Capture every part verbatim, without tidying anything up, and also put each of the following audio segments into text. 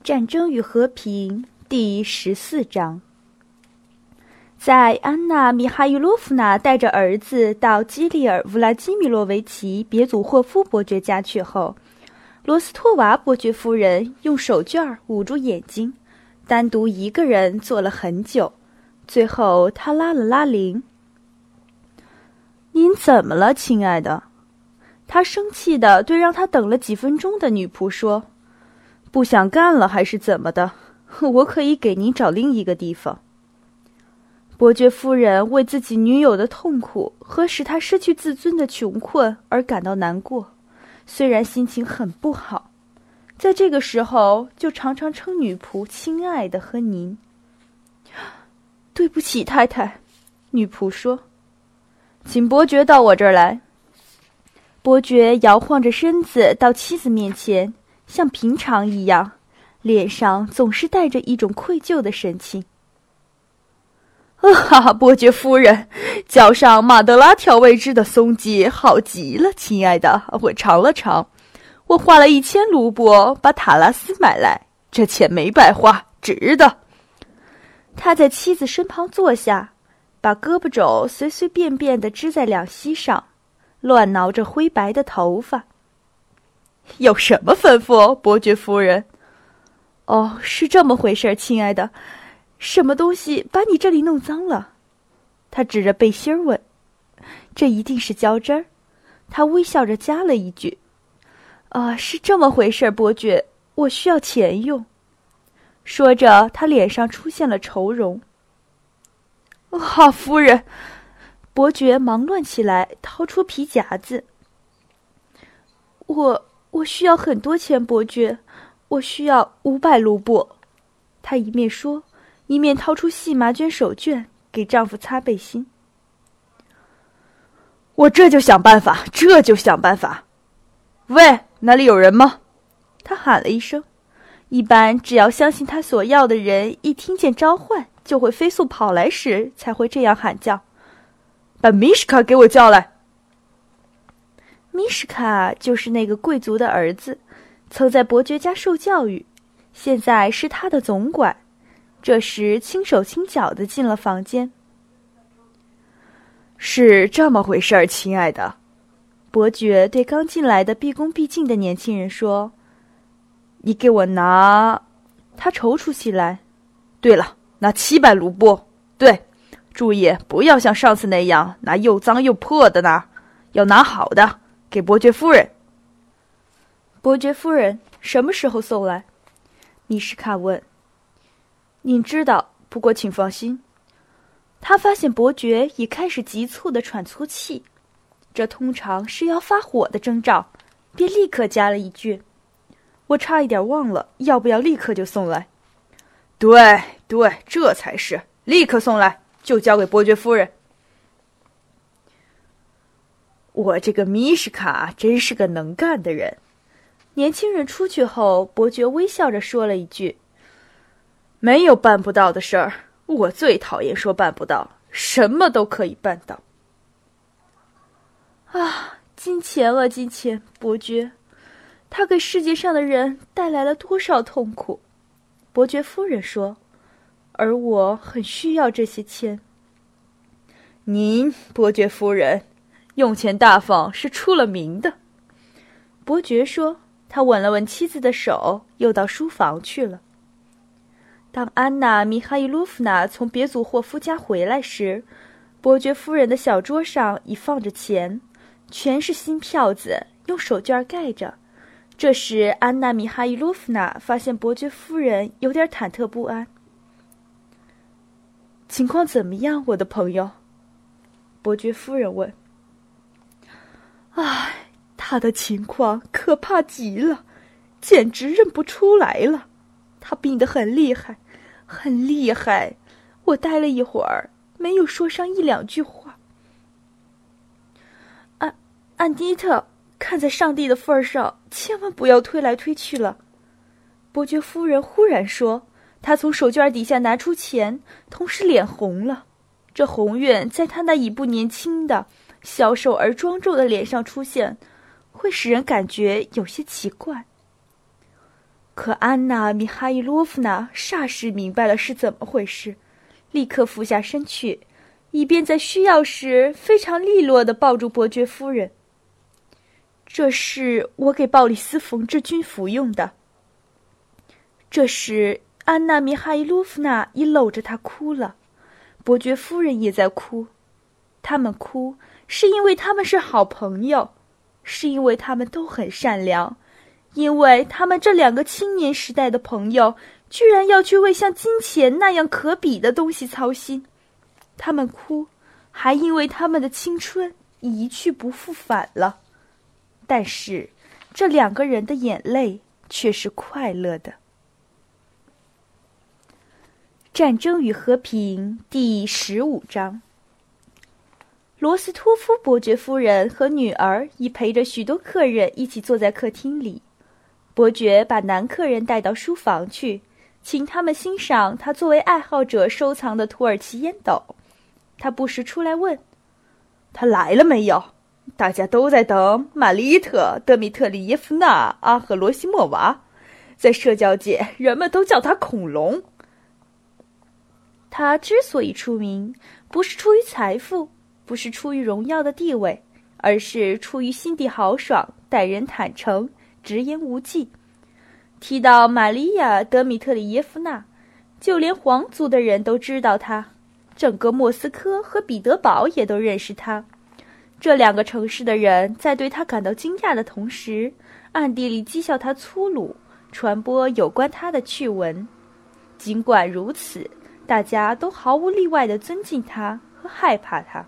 战争与和平第十四章。在安娜·米哈伊洛夫娜带着儿子到基里尔·乌拉基米洛维奇·别祖霍夫伯爵家去后，罗斯托娃伯爵夫人用手绢捂住眼睛，单独一个人坐了很久。最后她拉了拉铃。您怎么了，亲爱的？她生气地对让她等了几分钟的女仆说，不想干了还是怎么的？我可以给您找另一个地方。伯爵夫人为自己女友的痛苦和使她失去自尊的穷困而感到难过，虽然心情很不好，在这个时候就常常称女仆亲爱的和您。对不起，太太，女仆说，请伯爵到我这儿来。伯爵摇晃着身子到妻子面前，像平常一样，脸上总是带着一种愧疚的神情。啊，伯爵夫人，浇上马德拉调味汁的松鸡好极了，亲爱的，我尝了尝。我花了一千卢布把塔拉斯买来，这钱没白花，值得。他在妻子身旁坐下，把胳膊肘随随便便地支在两膝上，乱挠着灰白的头发。有什么吩咐，伯爵夫人？哦，是这么回事，亲爱的。什么东西把你这里弄脏了？他指着背心儿问。这一定是胶汁儿。他微笑着加了一句，啊，是这么回事，伯爵，我需要钱用。说着他脸上出现了愁容。啊，夫人！伯爵忙乱起来，掏出皮夹子。我我需要很多钱，伯爵，我需要五百卢布。他一面说，一面掏出细麻绢手绢给丈夫擦背心。我这就想办法，这就想办法。喂，那里有人吗？他喊了一声。一般只要相信他所要的人一听见召唤就会飞速跑来时才会这样喊叫。把米什卡给我叫来。米什卡就是那个贵族的儿子，曾在伯爵家受教育，现在是他的总管。这时轻手轻脚地进了房间。是这么回事儿，亲爱的。伯爵对刚进来的毕恭毕敬的年轻人说，你给我拿。他踌躇起来。对了，拿七百卢布。对，注意不要像上次那样拿又脏又破的拿，要拿好的，给伯爵夫人。伯爵夫人什么时候送来？米什卡问。您知道，不过请放心。他发现伯爵已开始急促地喘粗气，这通常是要发火的征兆，便立刻加了一句，我差一点忘了，要不要立刻就送来？对对，这才是，立刻送来，就交给伯爵夫人。我这个米什卡真是个能干的人。年轻人出去后，伯爵微笑着说了一句，没有办不到的事儿，我最讨厌说办不到，什么都可以办到。啊，金钱啊，金钱，伯爵，他给世界上的人带来了多少痛苦？伯爵夫人说，而我很需要这些钱。您，伯爵夫人，用钱大方是出了名的。伯爵说，他吻了吻妻子的手，又到书房去了。当安娜·米哈伊洛夫娜从别祖霍夫家回来时，伯爵夫人的小桌上已放着钱，全是新票子，用手绢盖着。这时安娜·米哈伊洛夫娜发现伯爵夫人有点忐忑不安。情况怎么样，我的朋友？伯爵夫人问。唉，他的情况可怕极了，简直认不出来了。他病得很厉害，很厉害。我待了一会儿，没有说上一两句话。安安妮特，看在上帝的份上，千万不要推来推去了。伯爵夫人忽然说，她从手绢底下拿出钱，同时脸红了。这红晕在她那已不年轻的、消瘦而庄重的脸上出现，会使人感觉有些奇怪。 可安娜·米哈伊洛夫娜霎时明白了是怎么回事，立刻俯下身去，以便在需要时非常利落地抱住伯爵夫人。这是我给鲍里斯缝制军服用的。这时安娜·米哈伊洛夫娜已搂着他哭了，伯爵夫人也在哭。他们哭是因为他们是好朋友，是因为他们都很善良，因为他们这两个青年时代的朋友居然要去为像金钱那样可比的东西操心。他们哭还因为他们的青春已一去不复返了。但是这两个人的眼泪却是快乐的。战争与和平第十五章。罗斯托夫伯爵夫人和女儿已陪着许多客人一起坐在客厅里。伯爵把男客人带到书房去，请他们欣赏他作为爱好者收藏的土耳其烟斗。他不时出来问：“他来了没有？”大家都在等玛丽特·德米特里耶夫娜·阿赫罗西莫娃，在社交界人们都叫他恐龙。他之所以出名，不是出于财富，不是出于荣耀的地位，而是出于心地豪爽，待人坦诚，直言无忌。提到玛利亚·德米特里耶夫娜，就连皇族的人都知道她，整个莫斯科和彼得堡也都认识她。这两个城市的人在对他感到惊讶的同时，暗地里讥笑他粗鲁，传播有关他的趣闻。尽管如此，大家都毫无例外地尊敬他和害怕他。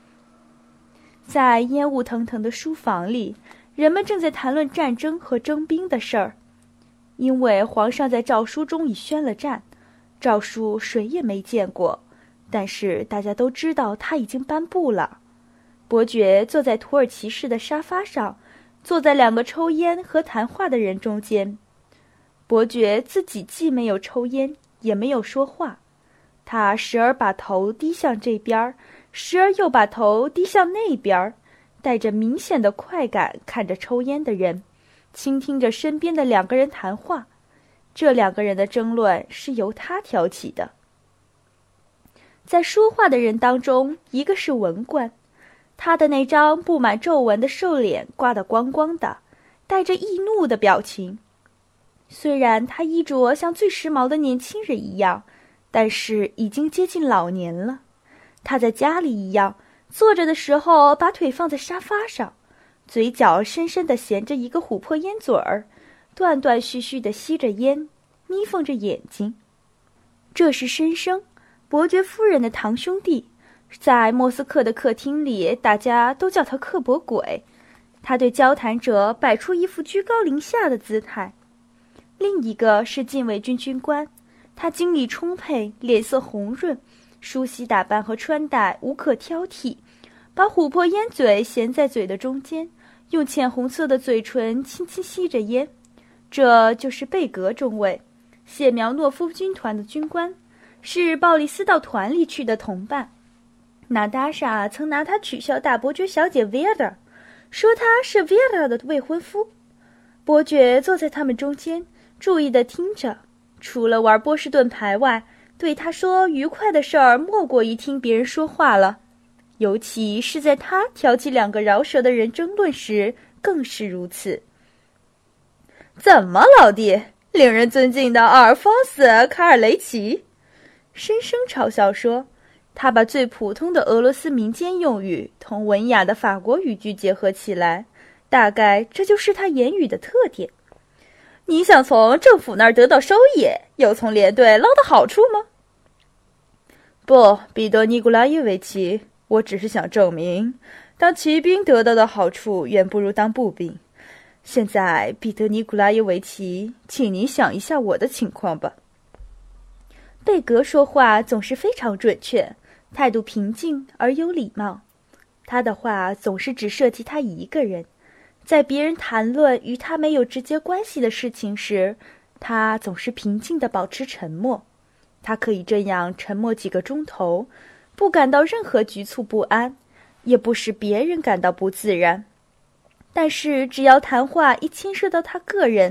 在烟雾腾腾的书房里，人们正在谈论战争和征兵的事儿。因为皇上在诏书中已宣了战，诏书谁也没见过，但是大家都知道他已经颁布了。伯爵坐在土耳其式的沙发上，坐在两个抽烟和谈话的人中间。伯爵自己既没有抽烟，也没有说话，他时而把头低向这边，时而又把头低向那边，带着明显的快感看着抽烟的人，倾听着身边的两个人谈话。这两个人的争论是由他挑起的。在说话的人当中，一个是文官，他的那张布满皱纹的瘦脸刮得光光的，带着易怒的表情。虽然他衣着像最时髦的年轻人一样，但是已经接近老年了。他在家里一样，坐着的时候把腿放在沙发上，嘴角深深地衔着一个琥珀烟嘴儿，断断续续地吸着烟，眯缝着眼睛。这是申生，伯爵夫人的堂兄弟。在莫斯科的客厅里，大家都叫他刻薄鬼。他对交谈者摆出一副居高临下的姿态。另一个是禁卫军军官，他精力充沛，脸色红润，梳洗打扮和穿戴无可挑剔，把琥珀烟嘴衔在嘴的中间，用浅红色的嘴唇轻轻吸着烟。这就是贝格中尉，谢苗诺夫军团的军官，是鲍里斯到团里去的同伴。娜达莎曾拿他取笑大伯爵小姐维尔达，说他是维尔达的未婚夫。伯爵坐在他们中间，注意地听着，除了玩波士顿牌外，对他说愉快的事儿莫过于听别人说话了，尤其是在他挑起两个饶舌的人争论时更是如此。怎么，老弟，令人尊敬的阿尔方斯·卡尔雷奇？深声嘲笑说，他把最普通的俄罗斯民间用语同文雅的法国语句结合起来，大概这就是他言语的特点。你想从政府那儿得到收益，又从连队捞到好处吗？不，彼得尼古拉耶维奇，我只是想证明，当骑兵得到的好处远不如当步兵。现在，彼得尼古拉耶维奇，请你想一下我的情况吧。贝格说话总是非常准确，态度平静而有礼貌。他的话总是只涉及他一个人，在别人谈论与他没有直接关系的事情时，他总是平静地保持沉默。他可以这样沉默几个钟头，不感到任何局促不安，也不使别人感到不自然。但是只要谈话一牵涉到他个人，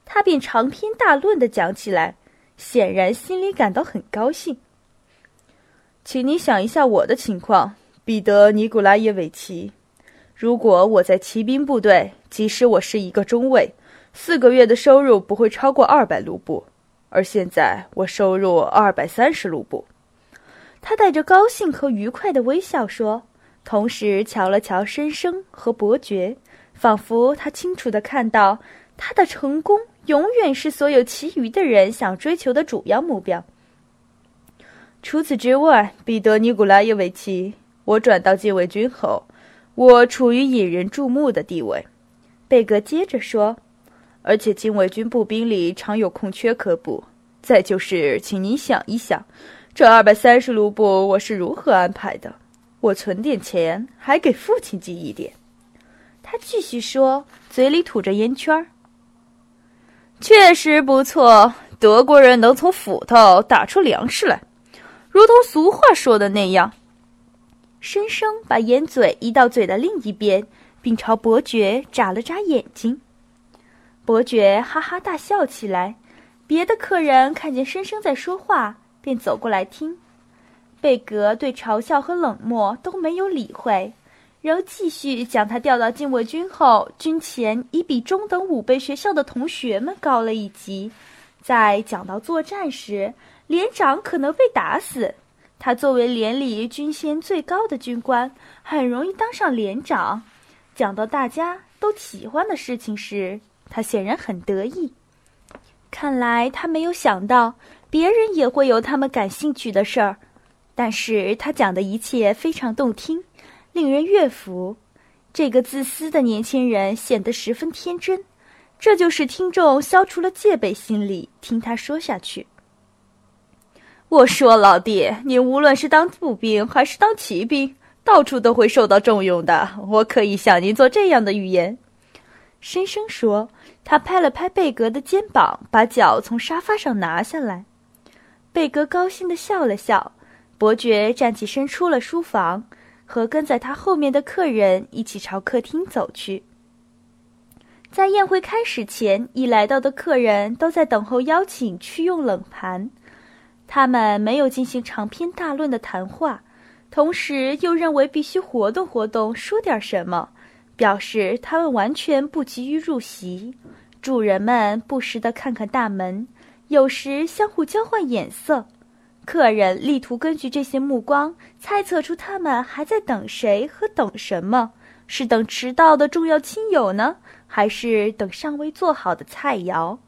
他便长篇大论地讲起来，显然心里感到很高兴。请你想一下我的情况，彼得·尼古拉耶维奇。如果我在骑兵部队，即使我是一个中尉，四个月的收入不会超过二百卢布，而现在我收入二百三十卢布。他带着高兴和愉快的微笑说，同时瞧了瞧申生和伯爵，仿佛他清楚地看到他的成功永远是所有其余的人想追求的主要目标。除此之外，彼得·尼古拉耶维奇，我转到禁卫军后，我处于引人注目的地位。贝格接着说，而且禁卫军步兵里常有空缺可补。再就是，请您想一想，这二百三十卢布我是如何安排的？我存点钱，还给父亲寄一点。他继续说，嘴里吐着烟圈。确实不错，德国人能从斧头打出粮食来，如同俗话说的那样。申生把烟嘴移到嘴的另一边，并朝伯爵眨了眨眼睛。伯爵哈哈大笑起来，别的客人看见申生在说话，便走过来听。贝格对嘲笑和冷漠都没有理会，仍继续讲他调到禁卫军后，军衔已比中等武备学校的同学们高了一级。在讲到作战时，连长可能被打死。他作为连里军衔最高的军官，很容易当上连长。讲到大家都喜欢的事情时，他显然很得意。看来他没有想到别人也会有他们感兴趣的事儿，但是他讲的一切非常动听，令人悦服。这个自私的年轻人显得十分天真，这就使听众消除了戒备心理，听他说下去。我说老弟，你无论是当步兵还是当骑兵，到处都会受到重用的。我可以向您做这样的预言。申生说，他拍了拍贝格的肩膀，把脚从沙发上拿下来。贝格高兴地笑了笑。伯爵站起身出了书房，和跟在他后面的客人一起朝客厅走去。在宴会开始前，已来到的客人都在等候邀请去用冷盘。他们没有进行长篇大论的谈话，同时又认为必须活动活动，说点什么，表示他们完全不急于入席。主人们不时地看看大门，有时相互交换眼色。客人力图根据这些目光猜测出他们还在等谁和等什么，是等迟到的重要亲友呢，还是等尚未做好的菜肴？